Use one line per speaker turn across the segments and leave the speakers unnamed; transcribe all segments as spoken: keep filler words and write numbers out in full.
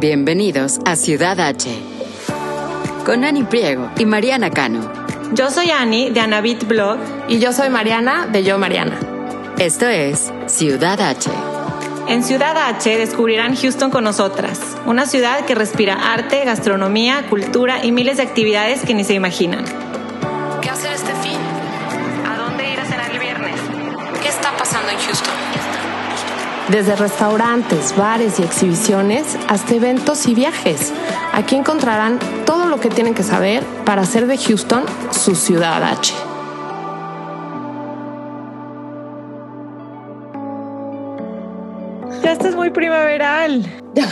Bienvenidos a Ciudad H, con Ani Priego y Mariana Cano.
Yo soy Ani, de Anabit Blog.
Y yo soy Mariana, de Yo Mariana.
Esto es Ciudad H.
En Ciudad H descubrirán Houston con nosotras, una ciudad que respira arte, gastronomía, cultura y miles de actividades que ni se imaginan.
¿Qué hacer este fin?
¿A dónde ir a cenar el viernes?
¿Qué está pasando en Houston?
Desde restaurantes, bares y exhibiciones hasta eventos y viajes. Aquí encontrarán todo lo que tienen que saber para hacer de Houston su Ciudad H.
Ya estás muy primaveral.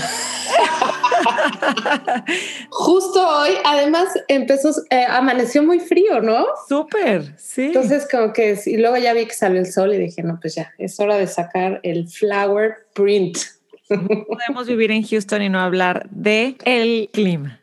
Justo hoy, además, empezó, eh, amaneció muy frío, ¿no?
Súper, sí.
Entonces, como que, y luego ya vi que salió el sol y dije, no, pues ya, es hora de sacar el flower print.
Podemos vivir en Houston y no hablar de el clima.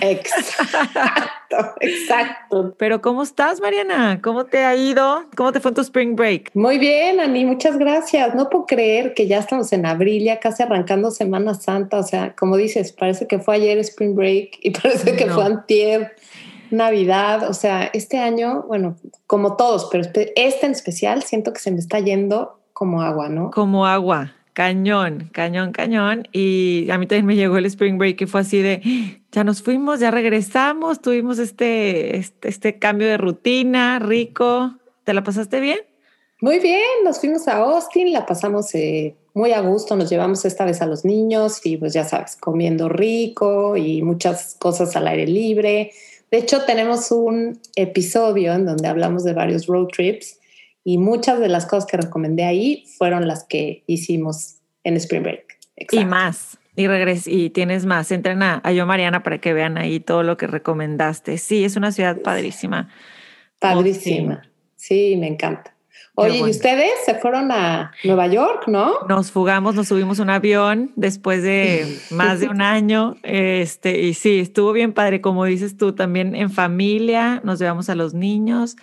Exacto, exacto.
Pero ¿cómo estás, Mariana? ¿Cómo te ha ido? ¿Cómo te fue en tu spring break?
Muy bien, Ani, muchas gracias. No puedo creer que ya estamos en abril, ya casi arrancando Semana Santa. O sea, como dices, parece que fue ayer spring break y parece que no. fue antier, Navidad. O sea, este año, bueno, como todos, pero este en especial siento que se me está yendo como agua, ¿no?
Como agua. Cañón, cañón, cañón. Y a mí también me llegó el spring break y fue así de, ya nos fuimos, ya regresamos, tuvimos este, este, este cambio de rutina rico. ¿Te la pasaste bien?
Muy bien, nos fuimos a Austin, la pasamos eh, muy a gusto, nos llevamos esta vez a los niños y pues ya sabes, comiendo rico y muchas cosas al aire libre. De hecho, tenemos un episodio en donde hablamos de varios road trips y muchas de las cosas que recomendé ahí fueron las que hicimos en Spring Break.
Exacto. Y más. Y regres y tienes más. Entren a, a Yo Mariana para que vean ahí todo lo que recomendaste. Sí, es una ciudad padrísima.
Padrísima. Oh, sí. sí, me encanta. Oye, bueno. ¿Y ustedes se fueron a Nueva York, no?
Nos fugamos, nos subimos un avión después de más de un año. Este, y sí, estuvo bien padre. Como dices tú, también en familia, nos llevamos a los niños.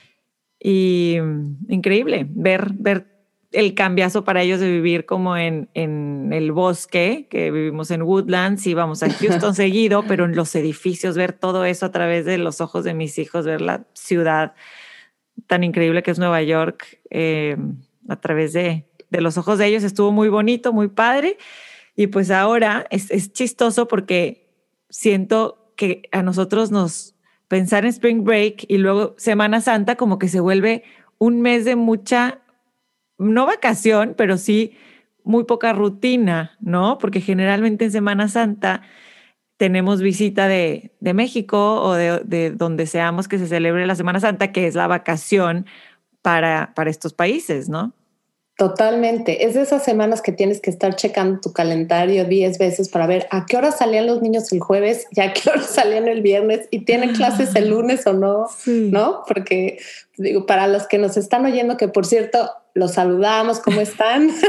Y increíble ver, ver el cambiazo para ellos de vivir como en, en el bosque, que vivimos en Woodlands, íbamos a Houston seguido, pero en los edificios, ver todo eso a través de los ojos de mis hijos, ver la ciudad tan increíble que es Nueva York, eh, a través de, de los ojos de ellos, estuvo muy bonito, muy padre. Y pues ahora es, es chistoso porque siento que a nosotros nos... pensar en Spring Break y luego Semana Santa como que se vuelve un mes de mucha, no vacación, pero sí muy poca rutina, ¿no? Porque generalmente en Semana Santa tenemos visita de, de México o de, de donde seamos que se celebre la Semana Santa, que es la vacación para, para estos países, ¿no?
Totalmente. Es de esas semanas que tienes que estar checando tu calendario diez veces para ver a qué hora salían los niños el jueves y a qué hora salían el viernes y tienen clases el lunes o no, sí. ¿no? Porque digo, para los que nos están oyendo, que por cierto, los saludamos, ¿cómo están? No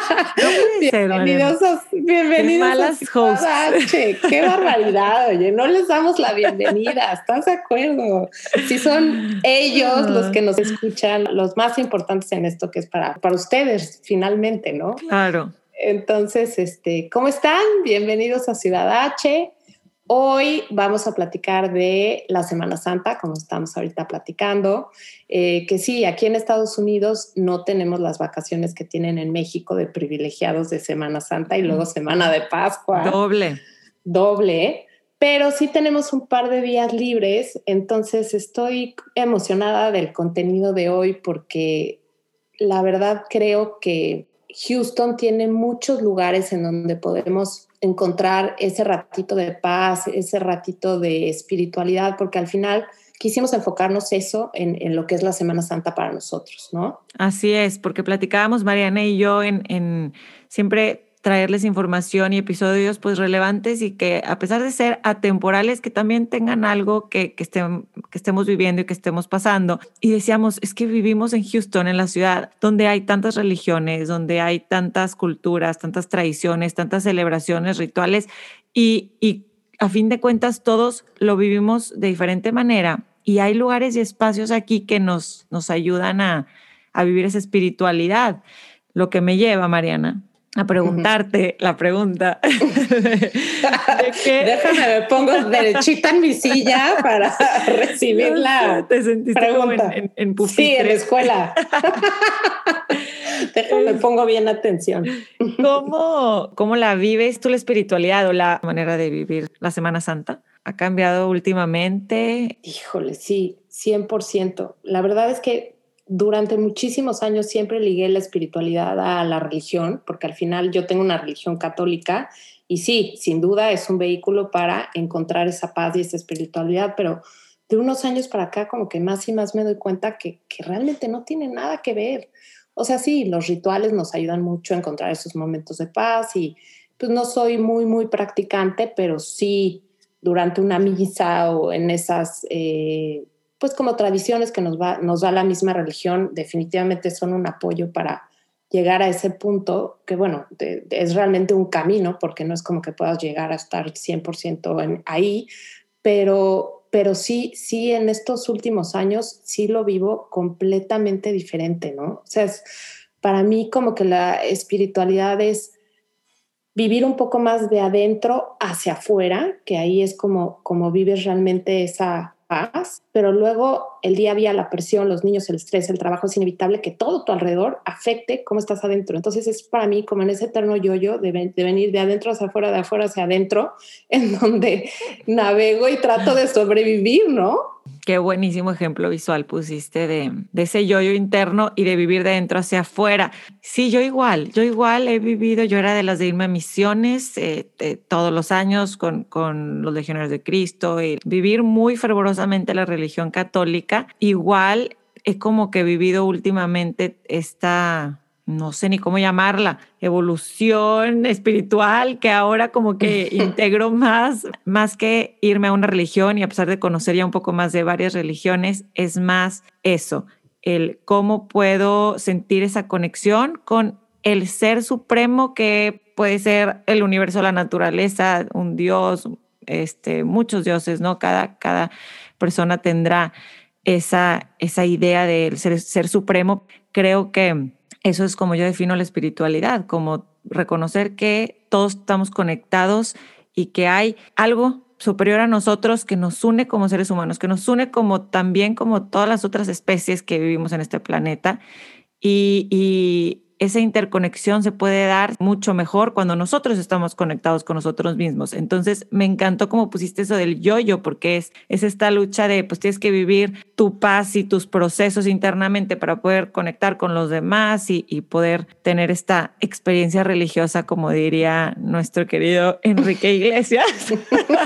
bienvenidos a, bienvenidos
Qué malas
a hosts. Qué barbaridad, oye, no les damos la bienvenida, ¿estás de acuerdo? Si son ellos los que nos escuchan, los más importantes en esto que es para, para ustedes, finalmente, ¿no?
Claro.
Entonces, este, ¿cómo están? Bienvenidos a Ciudad H. Hoy vamos a platicar de la Semana Santa, como estamos ahorita platicando, eh, que sí, aquí en Estados Unidos no tenemos las vacaciones que tienen en México de privilegiados de Semana Santa y luego Semana de Pascua.
Doble.
Doble, pero sí tenemos un par de días libres, entonces estoy emocionada del contenido de hoy porque la verdad creo que Houston tiene muchos lugares en donde podemos encontrar ese ratito de paz, ese ratito de espiritualidad, porque al final quisimos enfocarnos eso en, en lo que es la Semana Santa para nosotros, ¿no?
Así es, porque platicábamos Mariana y yo en, en siempre traerles información y episodios pues relevantes y que a pesar de ser atemporales, que también tengan algo que, que, estén, que estemos viviendo y que estemos pasando. Y decíamos, es que vivimos en Houston, en la ciudad, donde hay tantas religiones, donde hay tantas culturas, tantas tradiciones, tantas celebraciones, rituales, y, y a fin de cuentas todos lo vivimos de diferente manera. Y hay lugares y espacios aquí que nos, nos ayudan a, a vivir esa espiritualidad. Lo que me lleva, Mariana, a preguntarte la pregunta.
¿De qué? Déjame, me pongo derechita en mi silla para recibir la
Te sentiste
pregunta.
Como en, en, en pupitre.
Sí, en la escuela. Déjame, me pongo bien atención.
¿Cómo, ¿Cómo la vives tú la espiritualidad o la manera de vivir la Semana Santa? ¿Ha cambiado últimamente?
Híjole, sí, cien por ciento. La verdad es que durante muchísimos años siempre ligué la espiritualidad a la religión, porque al final yo tengo una religión católica y sí, sin duda es un vehículo para encontrar esa paz y esa espiritualidad, pero de unos años para acá como que más y más me doy cuenta que, que realmente no tiene nada que ver. O sea, sí, los rituales nos ayudan mucho a encontrar esos momentos de paz y pues no soy muy, muy practicante, pero sí durante una misa o en esas, eh, pues como tradiciones que nos, va, nos da la misma religión, definitivamente son un apoyo para llegar a ese punto que, bueno, de, de, es realmente un camino, porque no es como que puedas llegar a estar cien por ciento en, ahí, pero, pero sí, sí, en estos últimos años sí lo vivo completamente diferente, ¿no? O sea, es, para mí como que la espiritualidad es vivir un poco más de adentro hacia afuera, que ahí es como, como vives realmente esa paz, pero luego el día a día, la presión, los niños, el estrés, el trabajo, es inevitable que todo tu alrededor afecte cómo estás adentro. Entonces es para mí como en ese eterno yo-yo de, de venir de adentro hacia afuera, de afuera hacia adentro, en donde navego y trato de sobrevivir, ¿no?
Qué buenísimo ejemplo visual pusiste de, de ese yo-yo interno y de vivir de dentro hacia afuera. Sí, yo igual, yo igual he vivido, yo era de las de irme a misiones eh, eh, todos los años con, con los Legionarios de Cristo y vivir muy fervorosamente la religión católica. Igual he como que vivido últimamente esta... no sé ni cómo llamarla, evolución espiritual, que ahora como que integro más, más que irme a una religión y a pesar de conocer ya un poco más de varias religiones, es más eso, el cómo puedo sentir esa conexión con el ser supremo que puede ser el universo, la naturaleza, un dios, este, muchos dioses, ¿no? Cada, cada persona tendrá esa, esa idea del ser, ser supremo. Creo que eso es como yo defino la espiritualidad, como reconocer que todos estamos conectados y que hay algo superior a nosotros que nos une como seres humanos, que nos une como también como todas las otras especies que vivimos en este planeta. Y, y esa interconexión se puede dar mucho mejor cuando nosotros estamos conectados con nosotros mismos. Entonces me encantó cómo pusiste eso del yo-yo, porque es, es esta lucha de pues tienes que vivir tu paz y tus procesos internamente para poder conectar con los demás y, y poder tener esta experiencia religiosa, como diría nuestro querido Enrique Iglesias.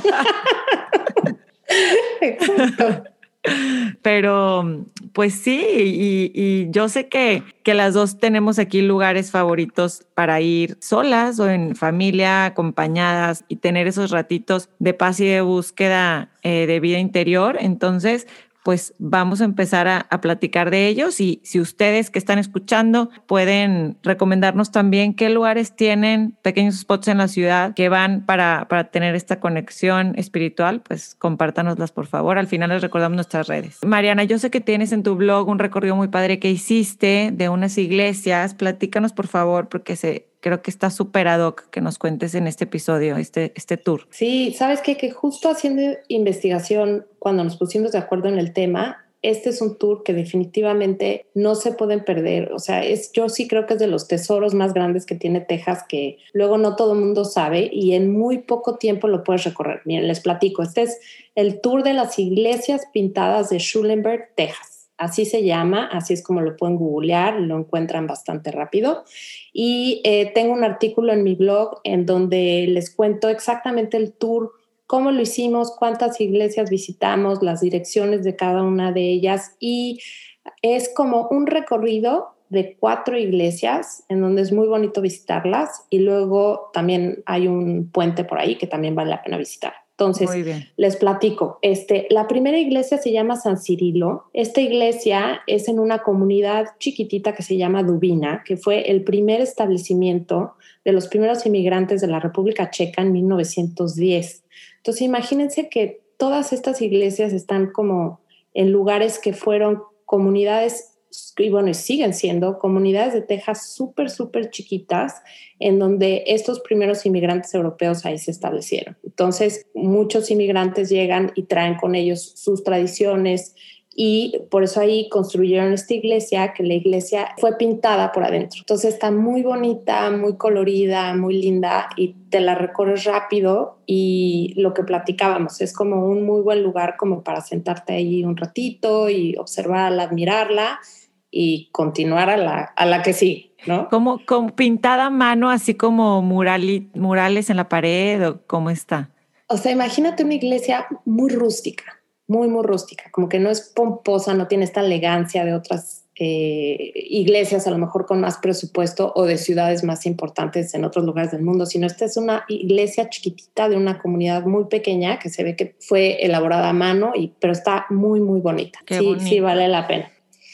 Exacto.
Pero pues sí, y, y yo sé que, que las dos tenemos aquí lugares favoritos para ir solas o en familia, acompañadas y tener esos ratitos de paz y de búsqueda eh, de vida interior. Entonces, pues vamos a empezar a, a platicar de ellos y si ustedes que están escuchando pueden recomendarnos también qué lugares tienen pequeños spots en la ciudad que van para, para tener esta conexión espiritual, pues compártanoslas por favor. Al final les recordamos nuestras redes. Mariana, yo sé que tienes en tu blog un recorrido muy padre que hiciste de unas iglesias. Platícanos por favor porque se... creo que está súper ad hoc que nos cuentes en este episodio, este, este tour.
Sí, ¿sabes qué? Que justo haciendo investigación, cuando nos pusimos de acuerdo en el tema, este es un tour que definitivamente no se pueden perder. O sea, es, yo sí creo que es de los tesoros más grandes que tiene Texas, que luego no todo el mundo sabe y en muy poco tiempo lo puedes recorrer. Miren, les platico. Este es el tour de las iglesias pintadas de Schulenburg, Texas. Así se llama, así es como lo pueden googlear, lo encuentran bastante rápido. Y eh, tengo un artículo en mi blog en donde les cuento exactamente el tour, cómo lo hicimos, cuántas iglesias visitamos, las direcciones de cada una de ellas. Y es como un recorrido de cuatro iglesias en donde es muy bonito visitarlas. Y luego también hay un puente por ahí que también vale la pena visitar. Entonces, les platico. Este, la primera iglesia se llama San Cirilo. Esta iglesia es en una comunidad chiquitita que se llama Dubina, que fue el primer establecimiento de los primeros inmigrantes de la República Checa en mil novecientos diez. Entonces, imagínense que todas estas iglesias están como en lugares que fueron comunidades y bueno, y siguen siendo comunidades de Texas súper, súper chiquitas, en donde estos primeros inmigrantes europeos ahí se establecieron. Entonces, muchos inmigrantes llegan y traen con ellos sus tradiciones, y por eso ahí construyeron esta iglesia, que la iglesia fue pintada por adentro. Entonces está muy bonita, muy colorida, muy linda, y te la recorres rápido, y lo que platicábamos, es como un muy buen lugar como para sentarte ahí un ratito y observarla, admirarla y continuar a la, a la que sigue, ¿no?
¿Como, como pintada a mano, así como murali, murales en la pared, o cómo está?
O sea, imagínate una iglesia muy rústica, muy, muy rústica, como que no es pomposa, no tiene esta elegancia de otras eh, iglesias, a lo mejor con más presupuesto, o de ciudades más importantes en otros lugares del mundo, sino esta es una iglesia chiquitita de una comunidad muy pequeña que se ve que fue elaborada a mano, y, pero está muy, muy bonita.
Qué
sí,
bonita.
Sí, vale la pena.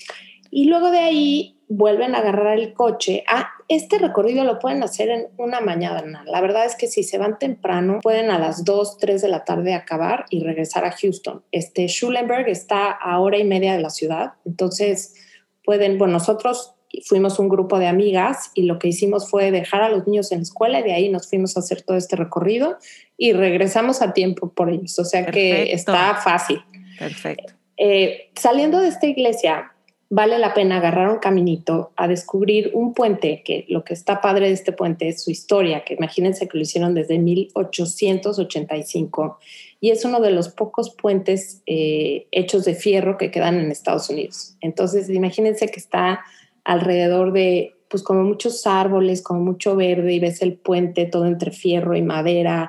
Y luego de ahí vuelven a agarrar el coche. Ah, este recorrido lo pueden hacer en una mañana. La verdad es que si se van temprano, pueden a las dos, tres de la tarde acabar y regresar a Houston. Este Schulenburg está a hora y media de la ciudad. Entonces pueden, bueno, nosotros fuimos un grupo de amigas y lo que hicimos fue dejar a los niños en la escuela, y de ahí nos fuimos a hacer todo este recorrido y regresamos a tiempo por ellos. O sea,
Perfecto.
que está fácil.
Perfecto.
Eh, saliendo de esta iglesia, vale la pena agarrar un caminito a descubrir un puente, que lo que está padre de este puente es su historia, que imagínense que lo hicieron desde mil ochocientos ochenta y cinco, y es uno de los pocos puentes eh, hechos de fierro que quedan en Estados Unidos. Entonces imagínense que está alrededor de, pues, como muchos árboles, como mucho verde, y ves el puente todo entre fierro y madera,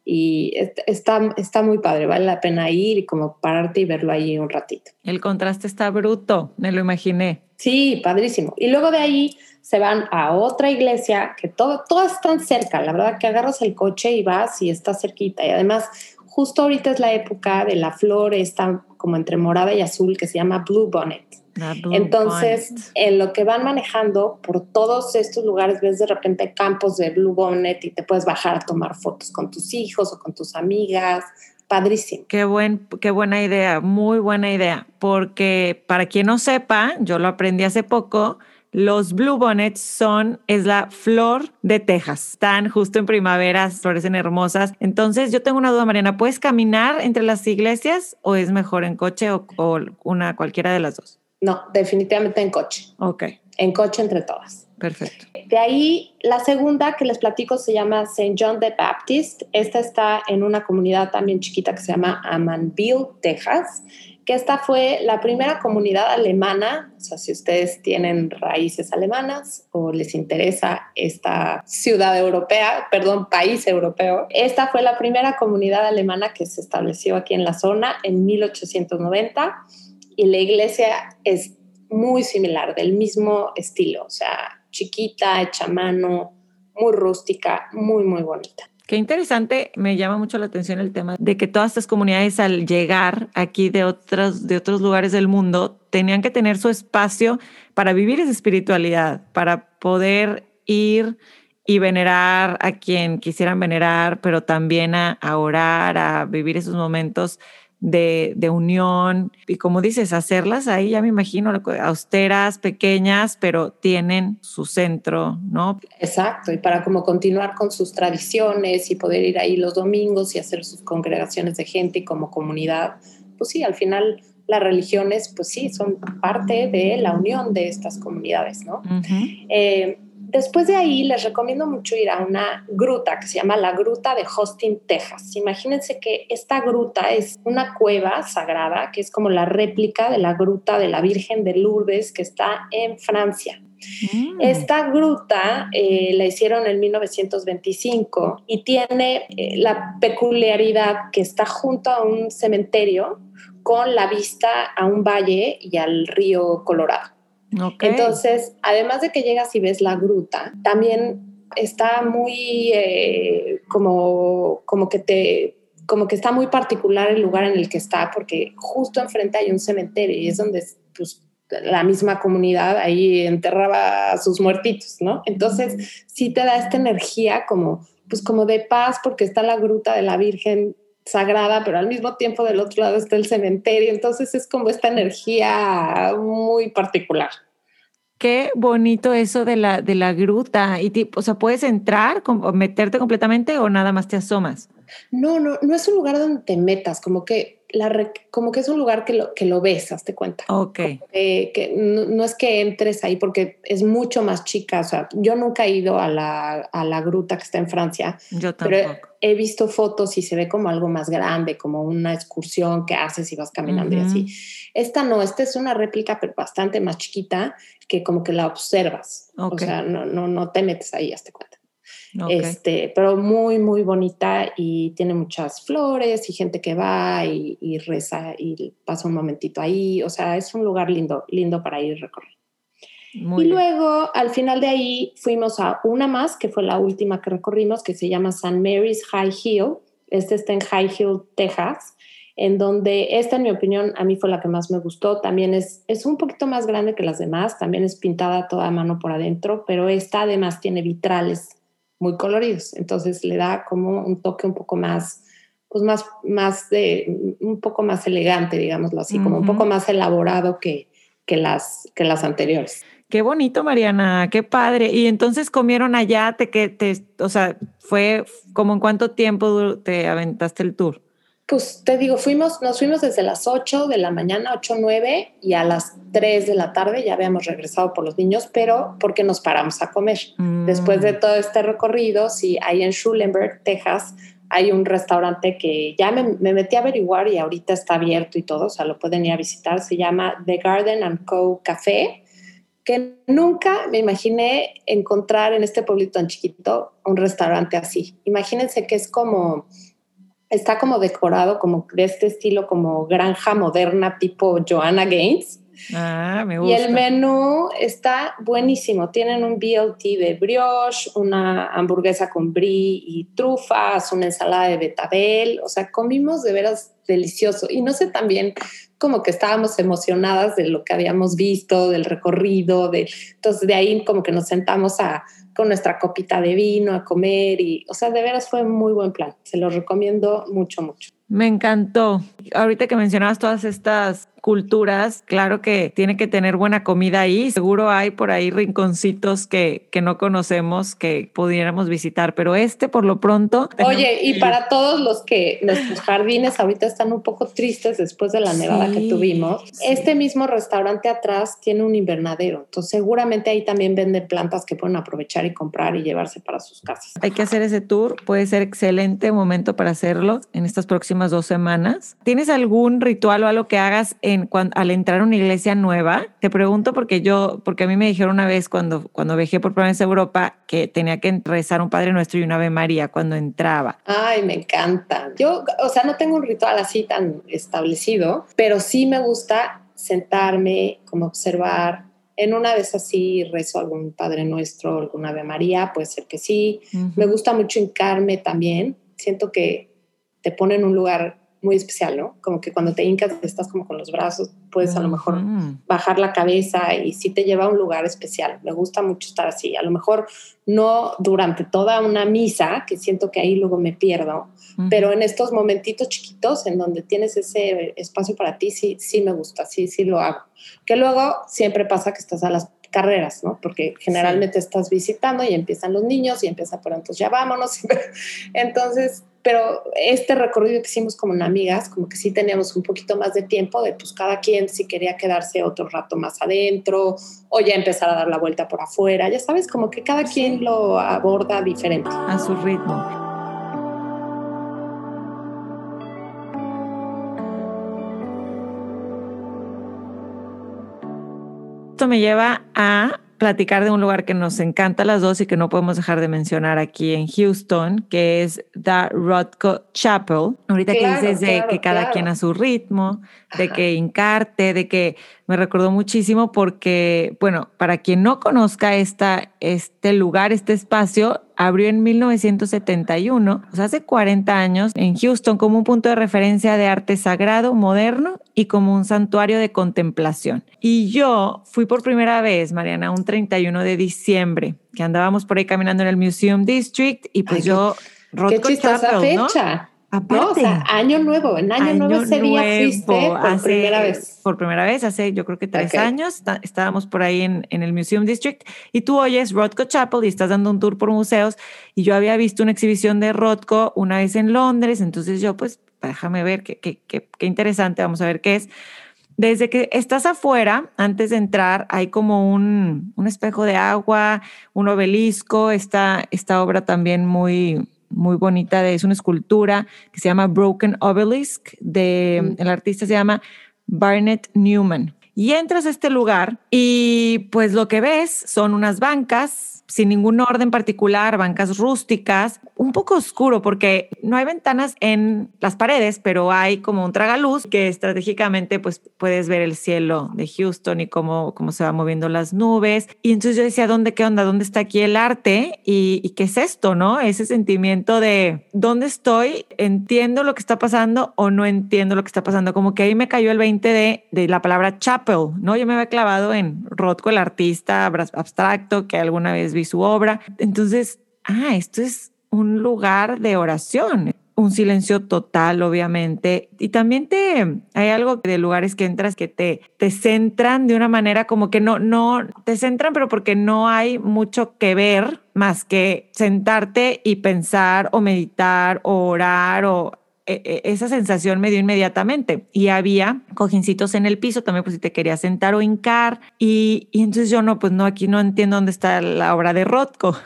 y está, está muy padre, vale la pena ir y como pararte y verlo ahí un ratito.
El contraste está bruto, me lo imaginé.
Sí, padrísimo. Y luego de ahí se van a otra iglesia, que todo, todas están cerca. La verdad que agarras el coche y vas y está cerquita. Y además, justo ahorita es la época de la flor, está como entre morada y azul, que se llama Blue Bonnet.
Blue
Entonces,
Bonnet.
en lo que van manejando por todos estos lugares, ves de repente campos de Blue Bonnet y te puedes bajar a tomar fotos con tus hijos o con tus amigas. Padrísimo.
Qué, buen, qué buena idea, muy buena idea, porque para quien no sepa, yo lo aprendí hace poco, los bluebonnets son, es la flor de Texas. Están justo en primavera, florecen hermosas. Entonces yo tengo una duda, Mariana, ¿puedes caminar entre las iglesias o es mejor en coche o, o una, cualquiera de las dos?
No, definitivamente en coche.
Ok.
En coche entre todas.
Perfecto.
De ahí, la segunda que les platico se llama Saint John the Baptist. Esta está en una comunidad también chiquita que se llama Amanville, Texas, que esta fue la primera comunidad alemana. O sea, si ustedes tienen raíces alemanas o les interesa esta ciudad europea, perdón, país europeo, esta fue la primera comunidad alemana que se estableció aquí en la zona en mil ochocientos noventa, y la iglesia es muy similar, del mismo estilo, o sea, chiquita, hecha a mano, muy rústica, muy, muy bonita.
Qué interesante, me llama mucho la atención el tema de que todas estas comunidades, al llegar aquí de otros, de otros lugares del mundo, tenían que tener su espacio para vivir esa espiritualidad, para poder ir y venerar a quien quisieran venerar, pero también a, a orar, a vivir esos momentos de, de unión. Y como dices, hacerlas ahí, ya me imagino, austeras, pequeñas, pero tienen su centro, ¿no?
Exacto, y para como continuar con sus tradiciones y poder ir ahí los domingos y hacer sus congregaciones de gente y como comunidad, pues sí, al final las religiones, pues sí, son parte de la unión de estas comunidades, ¿no?
Uh-huh.
Eh, Después de ahí les recomiendo mucho ir a una gruta que se llama la Gruta de Austin, Texas. Imagínense que esta gruta es una cueva sagrada que es como la réplica de la gruta de la Virgen de Lourdes que está en Francia. Mm. Esta gruta eh, la hicieron en mil novecientos veinticinco y tiene eh, la peculiaridad que está junto a un cementerio con la vista a un valle y al río Colorado.
Okay.
Entonces, además de que llegas y ves la gruta, también está muy eh, como, como que te como que está muy particular el lugar en el que está, porque justo enfrente hay un cementerio y es donde pues, la misma comunidad ahí enterraba a sus muertitos, ¿no? Entonces sí te da esta energía como, pues como de paz, porque está la gruta de la Virgen sagrada, pero al mismo tiempo del otro lado está el cementerio. Entonces es como esta energía muy particular.
Qué bonito eso de la, de la gruta. Y tipo, o sea, ¿puedes entrar, o meterte completamente o nada más te asomas?
No, no, no es un lugar donde te metas, como que, la, como que es un lugar que lo, que lo ves, hazte cuenta.
Ok.
Que, que no, no es que entres ahí porque es mucho más chica. O sea, yo nunca he ido a la, a la gruta que está en Francia.
Yo tampoco.
Pero he, he visto fotos y se ve como algo más grande, como una excursión que haces y vas caminando uh-huh. y así. Esta no, esta es una réplica pero bastante más chiquita que como que la observas. Okay. O sea, no, no, no te metes ahí, hazte cuenta. Okay. Este, pero muy, muy bonita y tiene muchas flores y gente que va y, y reza y pasa un momentito ahí. O sea, es un lugar lindo, lindo para ir a recorrer. Muy y bien. Luego, al final de ahí, fuimos a una más, que fue la última que recorrimos, que se llama Saint Mary's High Hill. Este está en High Hill, Texas, en donde esta, en mi opinión, a mí fue la que más me gustó. También es, es un poquito más grande que las demás, también es pintada toda a mano por adentro, pero esta además tiene vitrales muy coloridos, entonces le da como un toque un poco más, pues más, más de, un poco más elegante, digámoslo así, uh-huh. como un poco más elaborado que, que, las, que las anteriores.
Qué bonito, Mariana, qué padre. Y entonces comieron allá, te, que te, o sea, fue como en cuánto tiempo te aventaste el tour.
Pues te digo, fuimos, nos fuimos desde las ocho de la mañana, ocho, nueve, y a las tres de la tarde ya habíamos regresado por los niños, pero porque nos paramos a comer. Mm. Después de todo este recorrido, sí, ahí en Schulenburg, Texas, hay un restaurante que ya me, me metí a averiguar y ahorita está abierto y todo, o sea, lo pueden ir a visitar. Se llama The Garden and Co. Café, que nunca me imaginé encontrar en este pueblito tan chiquito un restaurante así. Imagínense que es como... Está como decorado como de este estilo como granja moderna tipo Joanna Gaines.
Ah, me gusta.
Y el menú está buenísimo. Tienen un B L T de brioche, una hamburguesa con brie y trufas, una ensalada de betabel. O sea, comimos de veras delicioso. Y no sé, también como que estábamos emocionadas de lo que habíamos visto, del recorrido. De, entonces de ahí como que nos sentamos a... con nuestra copita de vino a comer y, o sea, de veras fue muy buen plan. Se lo recomiendo mucho, mucho.
Me encantó. Ahorita que mencionabas todas estas culturas, claro que tiene que tener buena comida ahí. Seguro hay por ahí rinconcitos que, que no conocemos que pudiéramos visitar, pero este por lo pronto...
Oye, y para todos los que nuestros jardines ahorita están un poco tristes después de la nevada sí, que tuvimos, sí. Este mismo restaurante atrás tiene un invernadero, entonces seguramente ahí también venden plantas que pueden aprovechar y comprar y llevarse para sus casas.
Hay que hacer ese tour, puede ser excelente momento para hacerlo en estas próximas dos semanas. ¿Tienes algún ritual o algo que hagas en, cuando, al entrar a una iglesia nueva? Te pregunto porque yo, porque a mí me dijeron una vez cuando, cuando viajé por primera vez a Europa que tenía que rezar un Padre Nuestro y una Ave María cuando entraba.
Ay, me encanta. Yo, o sea, no tengo un ritual así tan establecido, pero sí me gusta sentarme, como observar. En una vez así rezo algún Padre Nuestro, alguna Ave María, puede ser que sí. Uh-huh. Me gusta mucho hincarme también. Siento que te pone en un lugar muy especial, ¿no? Como que cuando te hincas estás como con los brazos, puedes a lo mejor uh-huh. bajar la cabeza y sí te lleva a un lugar especial. Me gusta mucho estar así. A lo mejor no durante toda una misa, que siento que ahí luego me pierdo, uh-huh. pero en estos momentitos chiquitos en donde tienes ese espacio para ti, sí, sí me gusta, sí, sí lo hago. Que luego siempre pasa que estás a las carreras, ¿no? Porque generalmente sí. estás visitando y empiezan los niños y empieza, pero entonces ya vámonos. Entonces... Pero este recorrido que hicimos como amigas, como que sí teníamos un poquito más de tiempo de pues cada quien si quería quedarse otro rato más adentro o ya empezar a dar la vuelta por afuera. Ya sabes, como que cada quien lo aborda diferente.
A su ritmo. Esto me lleva a platicar de un lugar que nos encanta a las dos y que no podemos dejar de mencionar aquí en Houston, que es The Rothko Chapel. Ahorita claro, que dices de claro, que cada claro. quien a su ritmo, de Ajá. que hincarte, de que me recordó muchísimo porque, bueno, para quien no conozca esta, este lugar, este espacio, abrió en mil novecientos setenta y uno, o sea, hace cuarenta años, en Houston como un punto de referencia de arte sagrado, moderno y como un santuario de contemplación. Y yo fui por primera vez, Mariana, un treinta y uno de diciembre, que andábamos por ahí caminando en el Museum District y pues Ay, yo...
Qué, qué chistosa fecha.
¿no? Aparte,
¿no? O sea, año nuevo, en año, año nuevo ese nuevo, día fuiste por
hace,
primera vez.
Por primera vez, hace yo creo que tres okay. años, está, estábamos por ahí en, en el Museum District y tú oyes Rothko Chapel y estás dando un tour por museos y yo había visto una exhibición de Rothko una vez en Londres, entonces yo pues déjame ver qué, qué, qué, qué interesante, vamos a ver qué es. Desde que estás afuera, antes de entrar, hay como un, un espejo de agua, un obelisco, esta, esta obra también muy... muy bonita, de, es una escultura que se llama Broken Obelisk, de, mm. el artista se llama Barnett Newman. Y entras a este lugar y pues lo que ves son unas bancas sin ningún orden particular, bancas rústicas, un poco oscuro porque no hay ventanas en las paredes, pero hay como un tragaluz que estratégicamente pues puedes ver el cielo de Houston y cómo, cómo se van moviendo las nubes. Y entonces yo decía, ¿dónde, qué onda? ¿Dónde está aquí el arte? ¿Y, y qué es esto, no? Ese sentimiento de ¿dónde estoy? ¿Entiendo lo que está pasando o no entiendo lo que está pasando? Como que ahí me cayó el veinte de, de la palabra chapel, ¿no? Yo me había clavado en Rothko, el artista abstracto, que alguna vez vi su obra. Entonces, ah, esto es un lugar de oración, un silencio total, obviamente. Y también te, hay algo de lugares que entras que te, te centran de una manera como que no, no, te centran, pero porque no hay mucho que ver más que sentarte y pensar o meditar o orar o esa sensación me dio inmediatamente y había cojincitos en el piso también, pues si te querías sentar o hincar y, y entonces yo no, pues no, aquí no entiendo dónde está la obra de Rothko.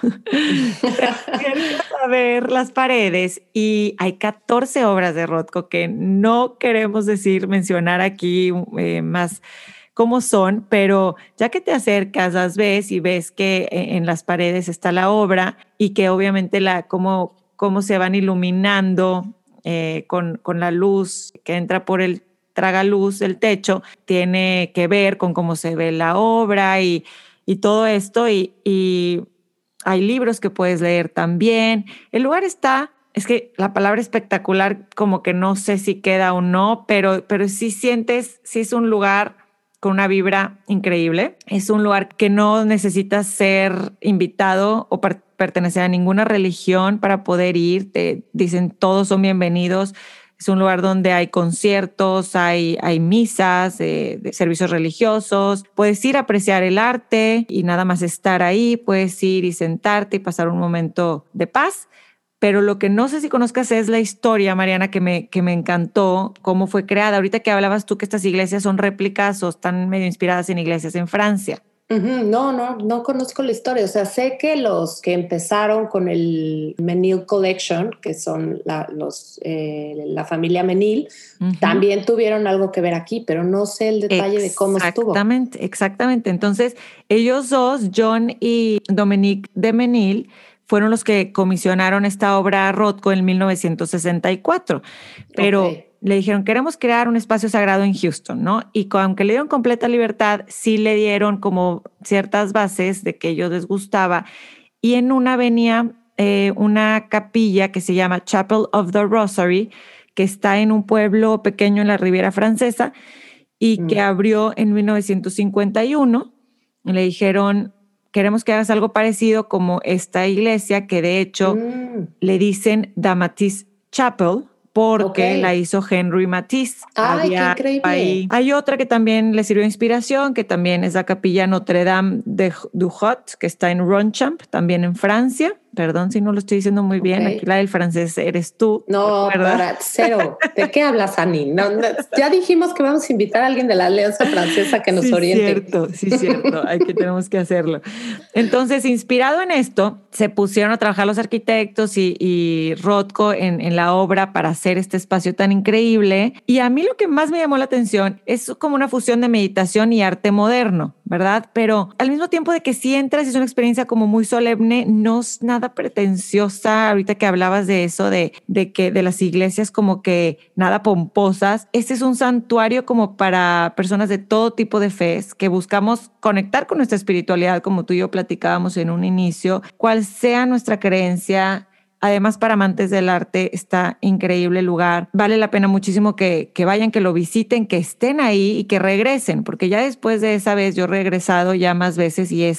Quería saber las paredes y hay catorce obras de Rothko que no queremos decir, mencionar aquí eh, más cómo son, pero ya que te acercas, las ves y ves que en las paredes está la obra y que obviamente la, cómo, cómo se van iluminando Eh, con, con la luz que entra por el tragaluz del techo, tiene que ver con cómo se ve la obra y, y todo esto, y, y hay libros que puedes leer también. El lugar está, es que la palabra espectacular como que no sé si queda o no, pero, pero sí sientes, sí es un lugar con una vibra increíble. Es un lugar que no necesitas ser invitado o par- pertenecer a ninguna religión para poder ir. Te dicen todos son bienvenidos. Es un lugar donde hay conciertos, hay, hay misas, eh, de servicios religiosos. Puedes ir a apreciar el arte y nada más estar ahí. Puedes ir y sentarte y pasar un momento de paz. Pero lo que no sé si conozcas es la historia, Mariana, que me, que me encantó, cómo fue creada. Ahorita que hablabas tú que estas iglesias son réplicas o están medio inspiradas en iglesias en Francia.
Uh-huh. No, no, no conozco la historia. O sea, sé que los que empezaron con el Menil Collection, que son la, los, eh, la familia Menil, uh-huh. también tuvieron algo que ver aquí, pero no sé el detalle de cómo estuvo.
Exactamente, exactamente. Entonces, ellos dos, John y Dominique de Menil, fueron los que comisionaron esta obra a Rothko en mil novecientos sesenta y cuatro. Pero okay. le dijeron, queremos crear un espacio sagrado en Houston, ¿no? Y aunque le dieron completa libertad, sí le dieron como ciertas bases de que a ellos les gustaba. Y en una venía eh, una capilla que se llama Chapel of the Rosary, que está en un pueblo pequeño en la Riviera Francesa y mm. que abrió en mil novecientos cincuenta y uno. Y le dijeron, queremos que hagas algo parecido como esta iglesia, que de hecho mm. le dicen The Matisse Chapel, porque okay. la hizo Henry Matisse.
¡Ay, Había, qué increíble!
Hay, hay otra que también le sirvió de inspiración, que también es la capilla Notre Dame de Duhot, que está en Ronchamp, también en Francia. Perdón si no lo estoy diciendo muy bien, okay. aquí la del francés eres tú.
No, para cero. ¿De qué hablas, Ani? No, no, ya dijimos que vamos a invitar a alguien de la Alianza Francesa que nos
sí,
oriente.
Cierto, sí, cierto, hay que tenemos que hacerlo. Entonces, inspirado en esto, se pusieron a trabajar los arquitectos y, y Rothko en, en la obra para hacer este espacio tan increíble. Y a mí lo que más me llamó la atención es como una fusión de meditación y arte moderno, ¿verdad? Pero al mismo tiempo de que si entras y es una experiencia como muy solemne, no es nada pretenciosa. Ahorita que hablabas de eso, de, de que de las iglesias como que nada pomposas, este es un santuario como para personas de todo tipo de fes que buscamos conectar con nuestra espiritualidad, como tú y yo platicábamos en un inicio, cual sea nuestra creencia. Además, para amantes del arte, está increíble el lugar. Vale la pena muchísimo que, que vayan, que lo visiten, que estén ahí y que regresen, porque ya después de esa vez yo he regresado ya más veces y es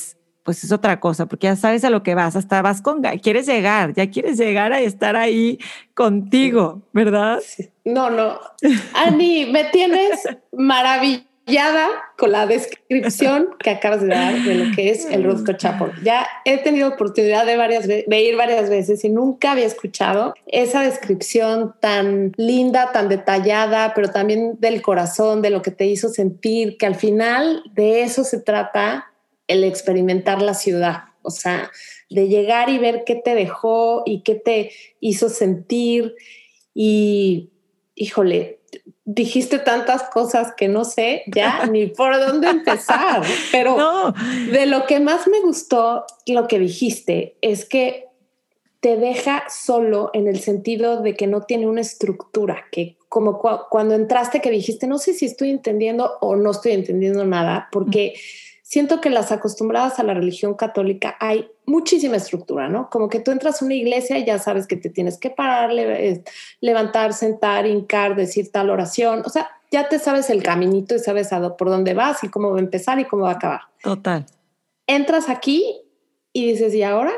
pues es otra cosa, porque ya sabes a lo que vas, hasta vas con, quieres llegar, ya quieres llegar a estar ahí contigo, ¿verdad?
Sí. No, no. Ani, me tienes maravillada con la descripción que acabas de dar de lo que es el Rothko Chapel. Ya he tenido oportunidad de, varias ve- de ir varias veces y nunca había escuchado esa descripción tan linda, tan detallada, pero también del corazón, de lo que te hizo sentir, que al final de eso se trata el experimentar la ciudad. O sea, de llegar y ver qué te dejó y qué te hizo sentir. Y, híjole, dijiste tantas cosas que no sé ya ni por dónde empezar, pero
No.
de lo que más me gustó, lo que dijiste, es que te deja solo en el sentido de que no tiene una estructura, que como cu- cuando entraste que dijiste, no sé si estoy entendiendo o no estoy entendiendo nada, porque mm. siento que las acostumbradas a la religión católica hay muchísima estructura, ¿no? Como que tú entras a una iglesia y ya sabes que te tienes que parar, le- levantar, sentar, hincar, decir tal oración, o sea, ya te sabes el caminito y sabes a do- por dónde vas y cómo va a empezar y cómo va a acabar.
Total.
Entras aquí y dices, ¿y ahora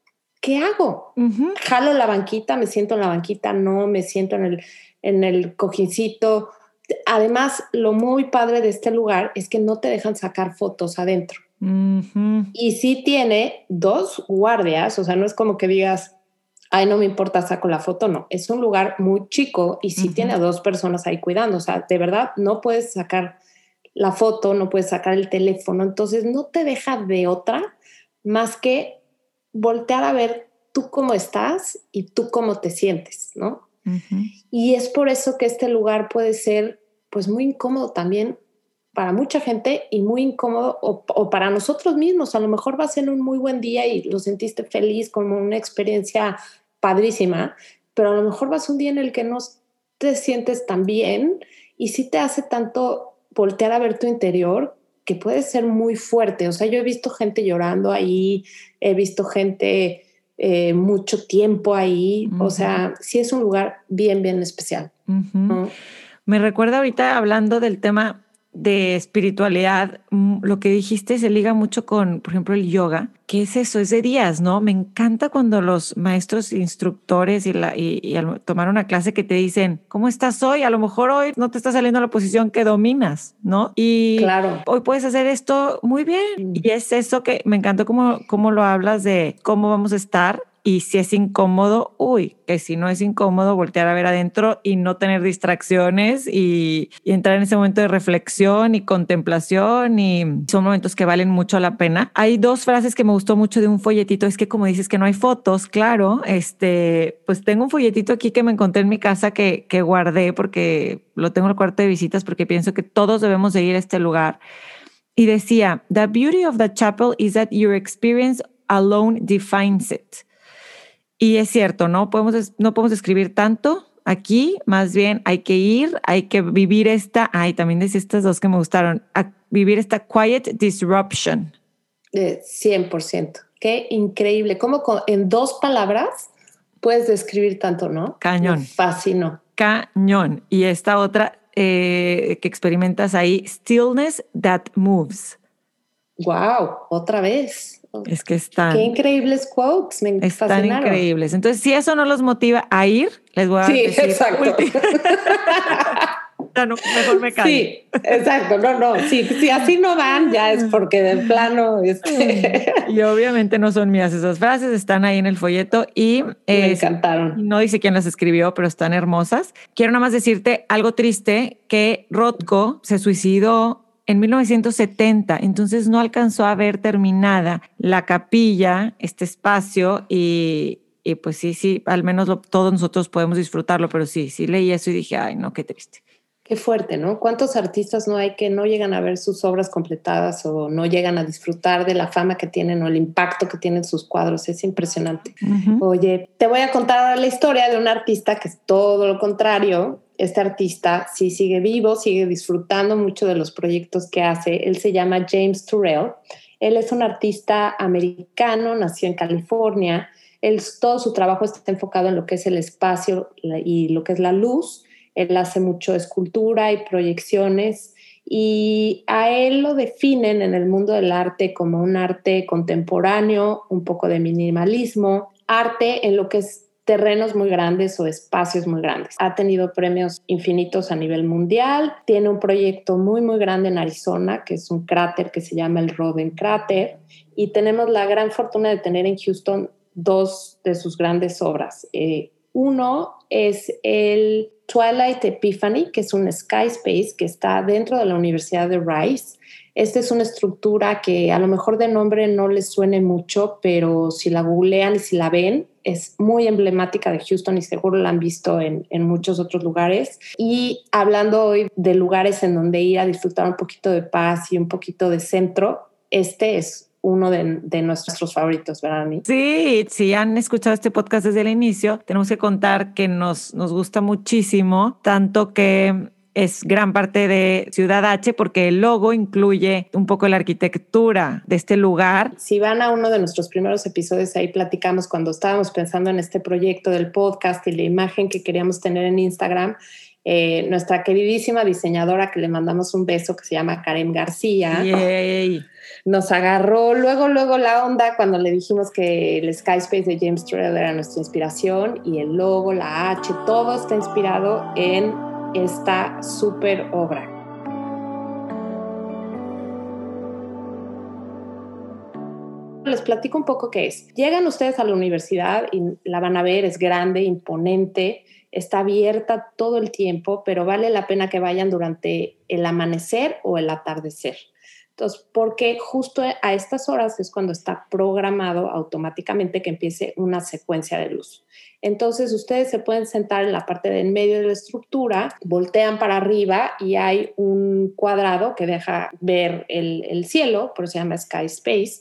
qué hago? Uh-huh. Jalo la banquita, me siento en la banquita, no, me siento en el, en el cojincito. Además, lo muy padre de este lugar es que no te dejan sacar fotos adentro. Uh-huh. Y sí tiene dos guardias, o sea, no es como que digas, ay, no me importa, saco la foto, no. Es un lugar muy chico y sí uh-huh. tiene a dos personas ahí cuidando. O sea, de verdad, no puedes sacar la foto, no puedes sacar el teléfono. Entonces, no te deja de otra más que voltear a ver tú cómo estás y tú cómo te sientes, ¿no? Uh-huh. Y es por eso que este lugar puede ser pues muy incómodo también para mucha gente y muy incómodo o, o para nosotros mismos. A lo mejor vas en un muy buen día y lo sentiste feliz, como una experiencia padrísima, pero a lo mejor vas un día en el que no te sientes tan bien y sí te hace tanto voltear a ver tu interior que puede ser muy fuerte. O sea, yo he visto gente llorando ahí, he visto gente eh, mucho tiempo ahí. Uh-huh. O sea, sí es un lugar bien, bien especial.
Uh-huh. ¿No? Me recuerda ahorita hablando del tema de espiritualidad, lo que dijiste se liga mucho con, por ejemplo, el yoga, que es eso, es de días, ¿no? Me encanta cuando los maestros instructores y, la, y, y al tomar una clase que te dicen, ¿cómo estás hoy? A lo mejor hoy no te está saliendo la posición que dominas, ¿no? Y
claro.
Hoy puedes hacer esto muy bien. Mm. Y es eso que me encantó cómo, cómo lo hablas de cómo vamos a estar. Y si es incómodo, uy, que si no es incómodo, voltear a ver adentro y no tener distracciones y, y entrar en ese momento de reflexión y contemplación, y son momentos que valen mucho la pena. Hay dos frases que me gustó mucho de un folletito, es que como dices que no hay fotos, claro, este, pues tengo un folletito aquí que me encontré en mi casa que, que guardé porque lo tengo en el cuarto de visitas porque pienso que todos debemos de ir a este lugar. Y decía, the beauty of the chapel is that your experience alone defines it. Y es cierto, ¿no? Podemos, no podemos escribir tanto aquí, más bien hay que ir, hay que vivir esta, ay, también decía estas dos que me gustaron, a vivir esta quiet disruption.
De cien por ciento. Qué increíble. ¿Cómo en dos palabras puedes describir tanto, no?
Cañón.
Me fascinó.
Cañón. Y esta otra eh, que experimentas ahí, stillness that moves.
Wow, otra vez.
Es que están...
Qué increíbles quotes, me
están
fascinaron.
increíbles. Entonces, si eso no los motiva a ir, les voy a
sí,
decir...
exacto.
no, no, mejor me callo.
Sí, exacto. No, no. Si, si así no van, ya es porque de plano... Este...
y obviamente no son mías esas frases, están ahí en el folleto y...
Me eh, encantaron.
No dice quién las escribió, pero están hermosas. Quiero nada más decirte algo triste, que Rothko se suicidó en mil novecientos setenta, entonces no alcanzó a ver terminada la capilla, este espacio, y, y pues sí, sí, al menos lo, todos nosotros podemos disfrutarlo, pero sí, sí leí eso y dije, ay, no, qué triste.
Qué fuerte, ¿no? ¿Cuántos artistas no hay que no llegan a ver sus obras completadas o no llegan a disfrutar de la fama que tienen o el impacto que tienen sus cuadros? Es impresionante. Uh-huh. Oye, te voy a contar la historia de un artista que es todo lo contrario. Este artista sí sigue vivo, sigue disfrutando mucho de los proyectos que hace. Él se llama James Turrell. Él es un artista americano, nació en California. Él, todo su trabajo está enfocado en lo que es el espacio y lo que es la luz. Él hace mucho escultura y proyecciones y a él lo definen en el mundo del arte como un arte contemporáneo, un poco de minimalismo, arte en lo que es terrenos muy grandes o espacios muy grandes. Ha tenido premios infinitos a nivel mundial, tiene un proyecto muy muy grande en Arizona, que es un cráter que se llama el Roden Cráter, y tenemos la gran fortuna de tener en Houston dos de sus grandes obras. Eh, uno es el Twilight Epiphany, que es un sky space que está dentro de la Universidad de Rice. Esta es una estructura que a lo mejor de nombre no les suene mucho, pero si la googlean y si la ven, es muy emblemática de Houston y seguro la han visto en, en muchos otros lugares. Y hablando hoy de lugares en donde ir a disfrutar un poquito de paz y un poquito de centro, este es uno de, de nuestros favoritos, ¿verdad, Ani?
Sí, si han escuchado este podcast desde el inicio, tenemos que contar que nos, nos gusta muchísimo, tanto que es gran parte de Ciudad H porque el logo incluye un poco la arquitectura de este lugar.
Si van a uno de nuestros primeros episodios, ahí platicamos cuando estábamos pensando en este proyecto del podcast y la imagen que queríamos tener en Instagram. Eh, nuestra queridísima diseñadora, que le mandamos un beso, que se llama Karen García,
Yay.
Nos agarró luego, luego la onda cuando le dijimos que el Sky Space de James Turrell era nuestra inspiración, y el logo, la H, todo está inspirado en esta súper obra. Les platico un poco qué es. Llegan ustedes a la universidad y la van a ver, es grande, imponente, está abierta todo el tiempo, pero vale la pena que vayan durante el amanecer o el atardecer. Entonces, porque justo a estas horas es cuando está programado automáticamente que empiece una secuencia de luz. Entonces, ustedes se pueden sentar en la parte de en medio de la estructura, voltean para arriba y hay un cuadrado que deja ver el, el cielo, por eso se llama Sky Space,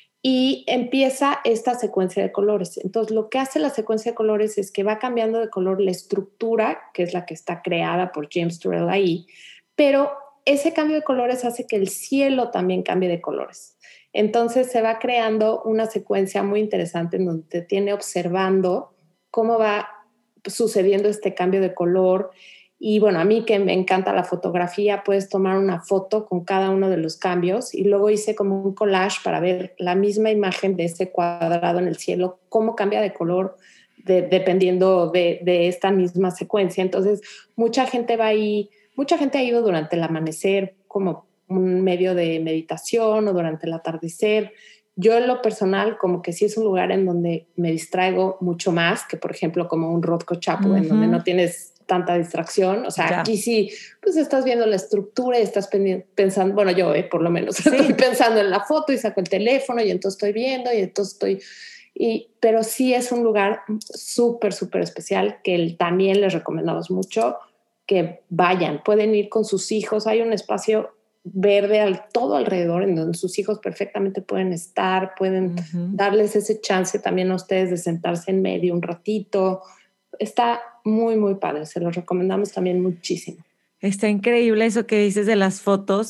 y empieza esta secuencia de colores. Entonces, lo que hace la secuencia de colores es que va cambiando de color la estructura, que es la que está creada por James Turrell ahí, pero ese cambio de colores hace que el cielo también cambie de colores. Entonces se va creando una secuencia muy interesante en donde te tiene observando cómo va sucediendo este cambio de color. Y bueno, a mí que me encanta la fotografía, puedes tomar una foto con cada uno de los cambios, y luego hice como un collage para ver la misma imagen de ese cuadrado en el cielo, cómo cambia de color de, dependiendo de, de esta misma secuencia. Entonces mucha gente va ahí. Mucha gente ha ido durante el amanecer como un medio de meditación o durante el atardecer. Yo en lo personal como que sí es un lugar en donde me distraigo mucho más que, por ejemplo, como un Rothko Chapel, uh-huh, en donde no tienes tanta distracción. O sea, ya. Aquí sí, pues estás viendo la estructura y estás pensando, bueno, yo eh, por lo menos sí. Estoy pensando en la foto y saco el teléfono y entonces estoy viendo y entonces estoy... Y, pero sí es un lugar súper, súper especial que también les recomendamos mucho que vayan, pueden ir con sus hijos, hay un espacio verde al, todo alrededor en donde sus hijos perfectamente pueden estar, pueden uh-huh. darles ese chance también a ustedes de sentarse en medio un ratito. Está muy, muy padre, se los recomendamos también muchísimo.
Está increíble eso que dices de las fotos,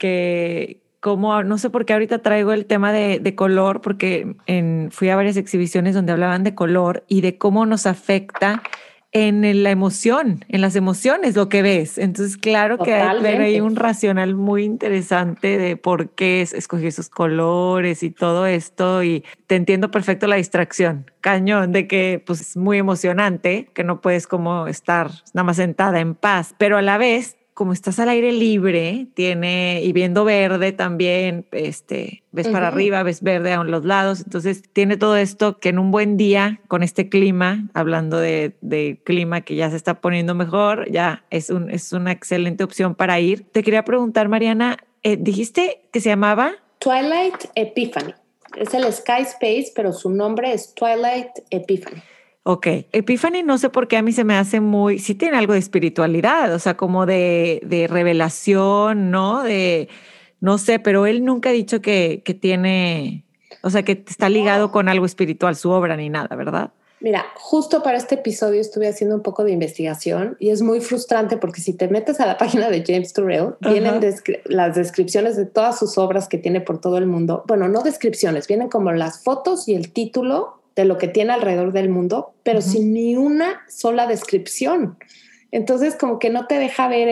porque como, no sé por qué ahorita traigo el tema de, de color, porque en, fui a varias exhibiciones donde hablaban de color y de cómo nos afecta en la emoción, en las emociones, lo que ves. Entonces, claro que hay, hay un racional muy interesante de por qué escogí esos colores y todo esto, y te entiendo perfecto la distracción, cañón, de que pues es muy emocionante, que no puedes como estar nada más sentada en paz, pero a la vez, como estás al aire libre, tiene, y viendo verde también, este, ves uh-huh. para arriba, ves verde a los lados, entonces tiene todo esto que en un buen día, con este clima, hablando de, de clima que ya se está poniendo mejor, ya es, un, es una excelente opción para ir. Te quería preguntar, Mariana, eh, ¿dijiste que se llamaba?
Twilight Epiphany. Es el Sky Space, pero su nombre es Twilight Epiphany.
Ok, Epiphany no sé por qué a mí se me hace muy, sí tiene algo de espiritualidad, o sea, como de, de revelación, ¿no? De, no sé, pero él nunca ha dicho que, que tiene, o sea, que está ligado con algo espiritual su obra ni nada, ¿verdad?
Mira, justo para este episodio estuve haciendo un poco de investigación y es muy frustrante porque si te metes a la página de James Turrell, uh-huh. vienen descri- las descripciones de todas sus obras que tiene por todo el mundo. Bueno, no descripciones, vienen como las fotos y el título de lo que tiene alrededor del mundo, pero uh-huh. sin ni una sola descripción. Entonces, como que no te deja ver él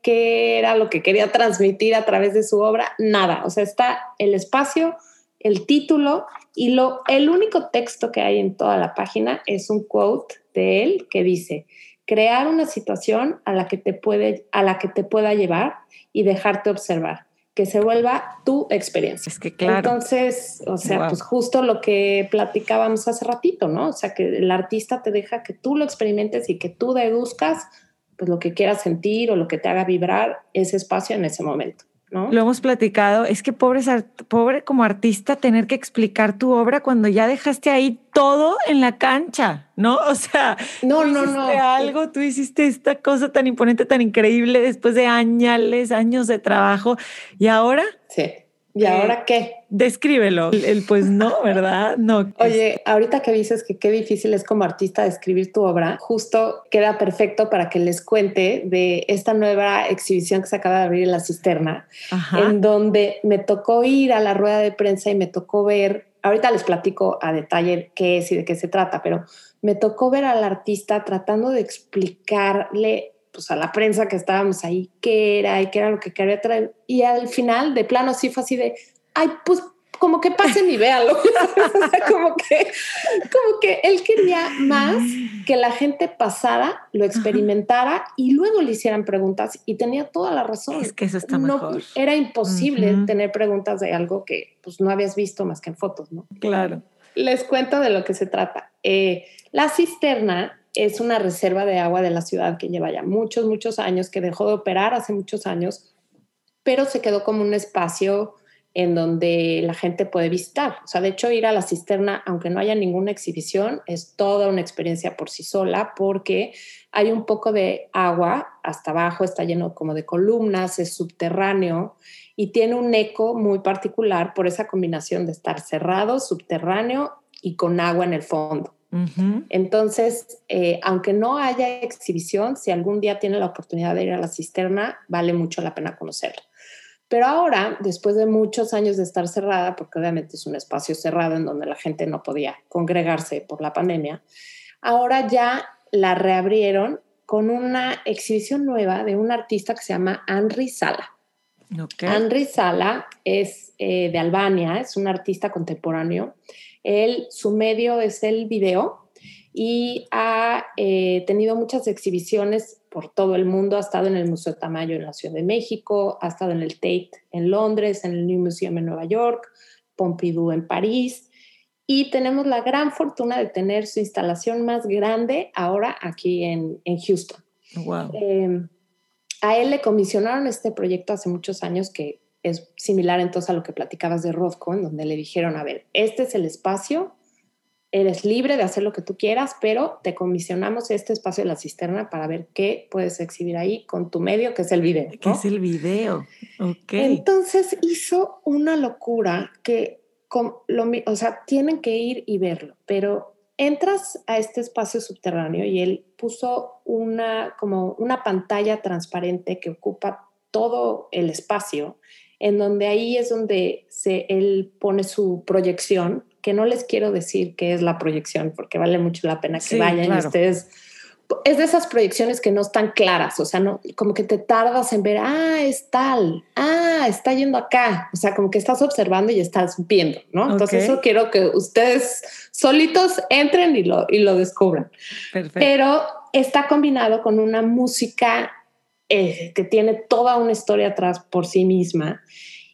qué era lo que quería transmitir a través de su obra, nada. O sea, está el espacio, el título y lo, el único texto que hay en toda la página es un quote de él que dice: crear una situación a la que te puede, a la que te pueda llevar y dejarte observar, que se vuelva tu experiencia.
Es que claro.
Entonces, o sea, wow. pues justo lo que platicábamos hace ratito, ¿no? O sea, que el artista te deja que tú lo experimentes y que tú deduzcas pues lo que quieras sentir o lo que te haga vibrar ese espacio en ese momento, ¿no?
Lo hemos platicado, es que pobre, pobre como artista tener que explicar tu obra cuando ya dejaste ahí todo en la cancha, ¿no? O sea,
no,
tú
no,
hiciste
no.
algo, tú hiciste esta cosa tan imponente, tan increíble después de años, años de trabajo y ahora...
Sí. ¿Y eh, ahora qué?
Descríbelo. El, el pues no, ¿verdad? No.
Oye, ahorita que dices que qué difícil es como artista describir tu obra, justo queda perfecto para que les cuente de esta nueva exhibición que se acaba de abrir en La Cisterna, Ajá. en donde me tocó ir a la rueda de prensa y me tocó ver, ahorita les platico a detalle qué es y de qué se trata, pero me tocó ver al artista tratando de explicarle pues a la prensa que estábamos ahí, qué era y qué era lo que quería traer. Y al final, de plano, sí fue así de, ay, pues como que pasen y véanlo. O sea, como que, como que él quería más que la gente pasara, lo experimentara Ajá. y luego le hicieran preguntas y tenía toda la razón.
Es que eso está
no,
mejor.
Era imposible
uh-huh.
tener preguntas de algo que pues no habías visto más que en fotos, ¿no?
Claro.
Les cuento de lo que se trata. Eh, La Cisterna es una reserva de agua de la ciudad que lleva ya muchos, muchos años, que dejó de operar hace muchos años, pero se quedó como un espacio en donde la gente puede visitar. O sea, de hecho, ir a La Cisterna, aunque no haya ninguna exhibición, es toda una experiencia por sí sola porque hay un poco de agua hasta abajo, está lleno como de columnas, es subterráneo y tiene un eco muy particular por esa combinación de estar cerrado, subterráneo y con agua en el fondo.
Uh-huh.
Entonces, eh, aunque no haya exhibición, si algún día tiene la oportunidad de ir a La Cisterna, vale mucho la pena conocerla. Pero ahora, después de muchos años de estar cerrada, porque obviamente es un espacio cerrado en donde la gente no podía congregarse por la pandemia, ahora ya la reabrieron con una exhibición nueva de un artista que se llama Henri Sala.
Okay.
Henri Sala es eh, de Albania, es un artista contemporáneo. Él, su medio es el video y ha eh, tenido muchas exhibiciones por todo el mundo. Ha estado en el Museo Tamayo en la Ciudad de México, ha estado en el Tate en Londres, en el New Museum en Nueva York, Pompidou en París. Y tenemos la gran fortuna de tener su instalación más grande ahora aquí en, en Houston.
Wow.
Eh, a él le comisionaron este proyecto hace muchos años que es similar entonces a lo que platicabas de Rothko, en donde le dijeron, a ver, este es el espacio, eres libre de hacer lo que tú quieras, pero te comisionamos este espacio de La Cisterna para ver qué puedes exhibir ahí con tu medio, que es el video, ¿no?
¿Qué es el video? Ok.
Entonces hizo una locura que, con lo, o sea, tienen que ir y verlo, pero entras a este espacio subterráneo y él puso una, como una pantalla transparente que ocupa todo el espacio, en donde ahí es donde se, él pone su proyección, que no les quiero decir qué es la proyección, porque vale mucho la pena que
sí,
vayan
claro.
y ustedes... Es de esas proyecciones que no están claras, o sea, no, como que te tardas en ver, ah, es tal, ah, está yendo acá, o sea, como que estás observando y estás viendo, ¿no? Okay. Entonces eso quiero que ustedes solitos entren y lo, y lo descubran.
Perfecto.
Pero está combinado con una música eh, que tiene toda una historia atrás por sí misma.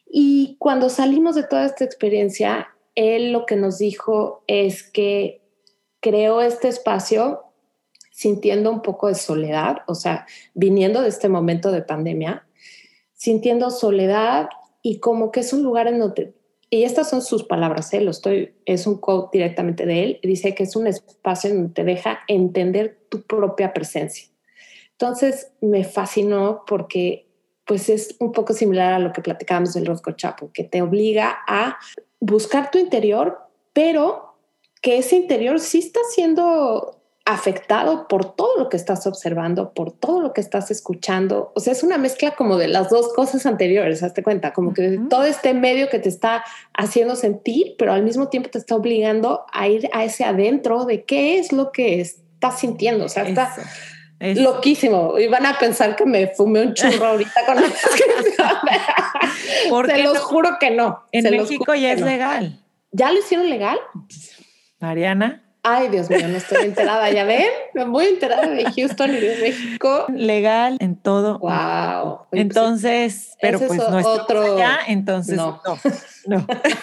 Y cuando salimos de toda esta experiencia, él lo que nos dijo es que creó este espacio sintiendo un poco de soledad, o sea, viniendo de este momento de pandemia, sintiendo soledad y como que es un lugar en donde, y estas son sus palabras, ¿eh? Lo estoy, es un quote directamente de él, dice que es un espacio en donde te deja entender tu propia presencia. Entonces me fascinó porque pues es un poco similar a lo que platicábamos del Rothko Chapel, que te obliga a buscar tu interior, pero que ese interior sí está siendo afectado por todo lo que estás observando, por todo lo que estás escuchando. O sea, es una mezcla como de las dos cosas anteriores, hazte cuenta, como que uh-huh. todo este medio que te está haciendo sentir, pero al mismo tiempo te está obligando a ir a ese adentro de qué es lo que estás sintiendo. O sea, está,
Es...
loquísimo. Y van a pensar que me fumé un churro ahorita con las canciones. Se los no? juro que no.
En
Se
México ya es
no.
legal.
¿Ya lo hicieron legal?
Mariana.
Ay, Dios mío, no estoy enterada. ¿Ya ven? Me voy a enterar de Houston y de México.
Legal en todo.
Wow.
Entonces, pero pues
es
no
otro...
allá, entonces
no.
no. no.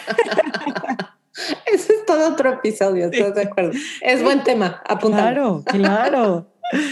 Ese es todo otro episodio, ¿estás sí. de acuerdo? Es buen tema, apuntado.
Claro, claro.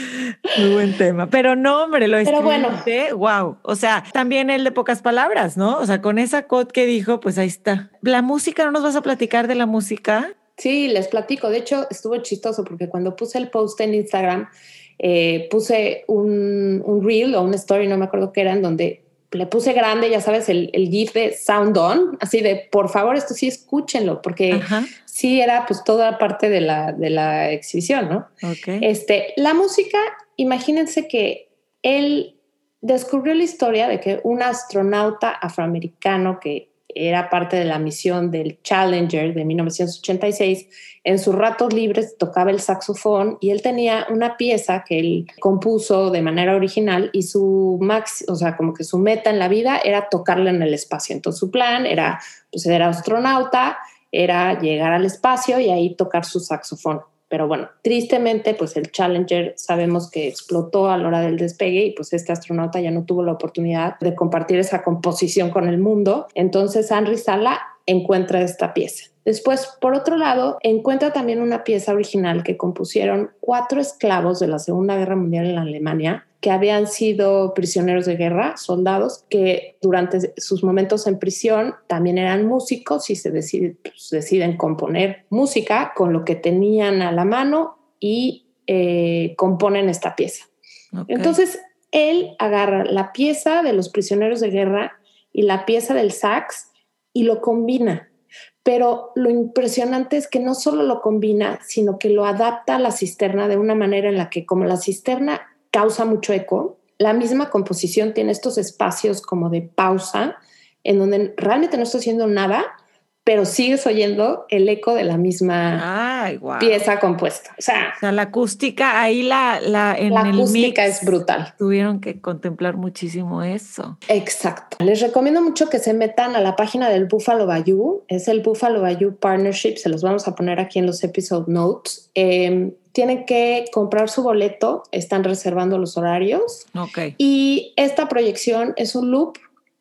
Muy buen tema. Pero no, hombre, lo
Pero bueno.
Wow. O sea, también el de pocas palabras, ¿no? O sea, con esa quote que dijo, pues ahí está. La música, ¿no nos vas a platicar de la música?
Sí, les platico. De hecho, estuvo chistoso porque cuando puse el post en Instagram, eh, puse un, un reel o una story, no me acuerdo qué era, en donde le puse grande, ya sabes, el, el gif de Sound On, así de, por favor, esto sí, escúchenlo, porque Ajá. sí era pues toda parte de la, de la exhibición, ¿no?
Okay.
Este, la música, imagínense que él descubrió la historia de que un astronauta afroamericano que era parte de la misión del Challenger de mil novecientos ochenta y seis, en sus ratos libres tocaba el saxofón y él tenía una pieza que él compuso de manera original y su max, o sea, como que su meta en la vida era tocarla en el espacio. Entonces su plan era, pues era astronauta, era llegar al espacio y ahí tocar su saxofón. Pero bueno, tristemente, pues el Challenger sabemos que explotó a la hora del despegue y pues este astronauta ya no tuvo la oportunidad de compartir esa composición con el mundo. Entonces Henry Sala encuentra esta pieza. Después, por otro lado, encuentra también una pieza original que compusieron cuatro esclavos de la Segunda Guerra Mundial en Alemania, que habían sido prisioneros de guerra, soldados, que durante sus momentos en prisión también eran músicos y se decide, pues, deciden componer música con lo que tenían a la mano y eh, componen esta pieza. Okay. Entonces, él agarra la pieza de los prisioneros de guerra y la pieza del sax y lo combina. Pero lo impresionante es que no solo lo combina, sino que lo adapta a la cisterna de una manera en la que, como la cisterna causa mucho eco, la misma composición tiene estos espacios como de pausa en donde realmente no estoy haciendo nada, pero sigues oyendo el eco de la misma
Ay, wow.
pieza compuesta. O sea,
o sea, la acústica, ahí la, la, en
la
el
acústica
mix
es brutal.
Tuvieron que contemplar muchísimo eso.
Exacto. Les recomiendo mucho que se metan a la página del Buffalo Bayou. Es el Buffalo Bayou Partnership. Se los vamos a poner aquí en los episode notes. Eh, tienen que comprar su boleto. Están reservando los horarios.
Okay.
Y esta proyección es un loop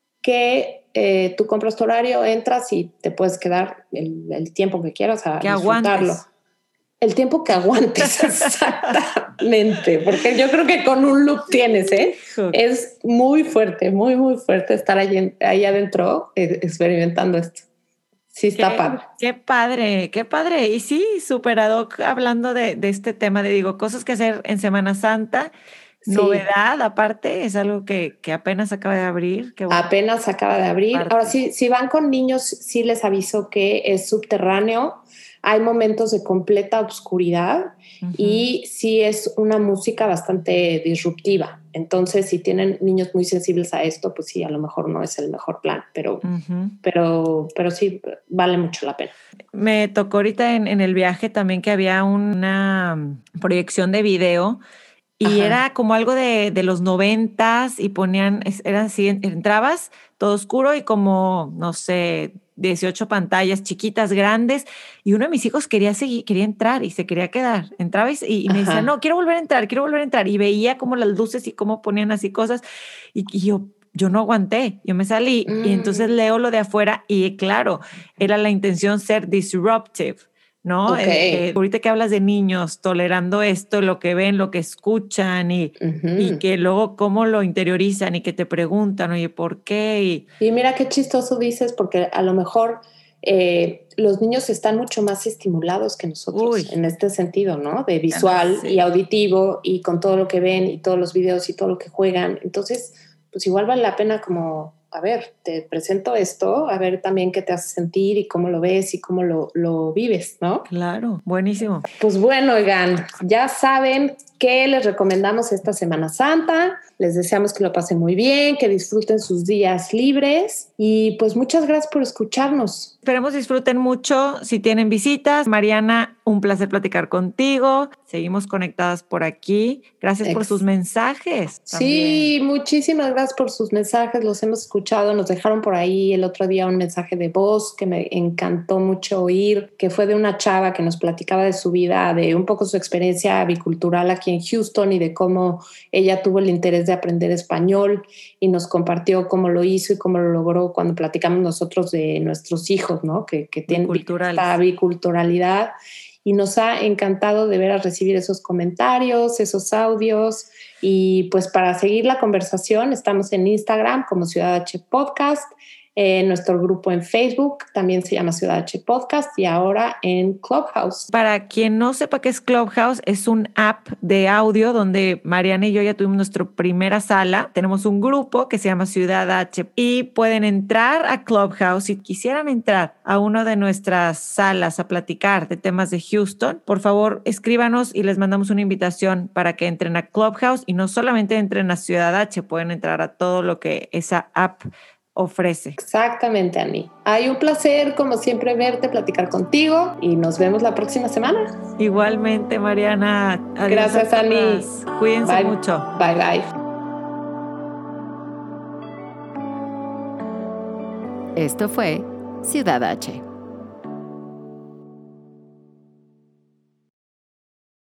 que eh, tú compras tu horario, entras y te puedes quedar el, el tiempo que quieras a
que
disfrutarlo.
Aguantes.
El tiempo que aguantes, exactamente, porque yo creo que con un loop tienes, ¿eh? Es muy fuerte, muy, muy fuerte estar ahí, ahí adentro eh, experimentando esto. Sí, está
qué,
padre.
Qué padre, qué padre. Y sí, super ad hoc hablando de, de este tema de, digo, cosas que hacer en Semana Santa. Sí. Novedad, aparte, es algo que, que apenas acaba de abrir. Qué bueno.
Apenas acaba de abrir.
Aparte.
Ahora sí, si van con niños, sí les aviso que es subterráneo. Hay momentos de completa oscuridad uh-huh. y sí es una música bastante disruptiva. Entonces, si tienen niños muy sensibles a esto, pues sí, a lo mejor no es el mejor plan, pero, uh-huh. pero, pero sí vale mucho la pena.
Me tocó ahorita en, en el viaje también que había una proyección de video y Ajá. era como algo de, de los noventas y ponían, eran así, entrabas todo oscuro y como, no sé, dieciocho pantallas chiquitas, grandes, y uno de mis hijos quería seguir, quería entrar y se quería quedar. Entraba y, y me decía, no, quiero volver a entrar, quiero volver a entrar. Y veía como las luces y cómo ponían así cosas y, y yo, yo no aguanté, yo me salí mm. y entonces leo lo de afuera y claro, era la intención ser disruptive. ¿No?
Okay.
Eh, eh, ahorita que hablas de niños tolerando esto, lo que ven, lo que escuchan y, uh-huh. y que luego cómo lo interiorizan y que te preguntan, oye, ¿por qué? Y,
y mira qué chistoso dices, porque a lo mejor eh, los niños están mucho más estimulados que nosotros Uy. en este sentido, ¿no? De visual sí. y auditivo y con todo lo que ven y todos los videos y todo lo que juegan. Entonces, pues igual vale la pena como... a ver, te presento esto, a ver también qué te hace sentir y cómo lo ves y cómo lo, lo vives, ¿no?
Claro, buenísimo.
Pues bueno, oigan, ya saben que les recomendamos esta Semana Santa, les deseamos que lo pasen muy bien, que disfruten sus días libres y pues muchas gracias por escucharnos.
Esperemos disfruten mucho si tienen visitas. Mariana, un placer platicar contigo. Seguimos conectadas por aquí. Gracias Ex. por sus mensajes.
También. Sí, muchísimas gracias por sus mensajes. Los hemos escuchado. Nos dejaron por ahí el otro día un mensaje de voz que me encantó mucho oír, que fue de una chava que nos platicaba de su vida, de un poco su experiencia bicultural aquí en Houston y de cómo ella tuvo el interés de aprender español y nos compartió cómo lo hizo y cómo lo logró cuando platicamos nosotros de nuestros hijos, ¿no? Que, que tienen esta biculturalidad, y nos ha encantado de veras recibir esos comentarios, esos audios, y pues para seguir la conversación estamos en Instagram como Ciudad H Podcast, en nuestro grupo en Facebook también se llama Ciudad H Podcast, y ahora en Clubhouse.
Para quien no sepa qué es Clubhouse, es un app de audio donde Mariana y yo ya tuvimos nuestra primera sala. Tenemos un grupo que se llama Ciudad H y pueden entrar a Clubhouse. Si quisieran entrar a una de nuestras salas a platicar de temas de Houston, por favor escríbanos y les mandamos una invitación para que entren a Clubhouse, y no solamente entren a Ciudad H, pueden entrar a todo lo que esa app ofrece.
Exactamente, Ani. Hay un placer, como siempre, verte, platicar contigo, y nos vemos la próxima semana.
Igualmente, Mariana.
Adiós. Gracias, Ani.
Cuídense
bye.
mucho.
Bye, bye.
Esto fue Ciudad H.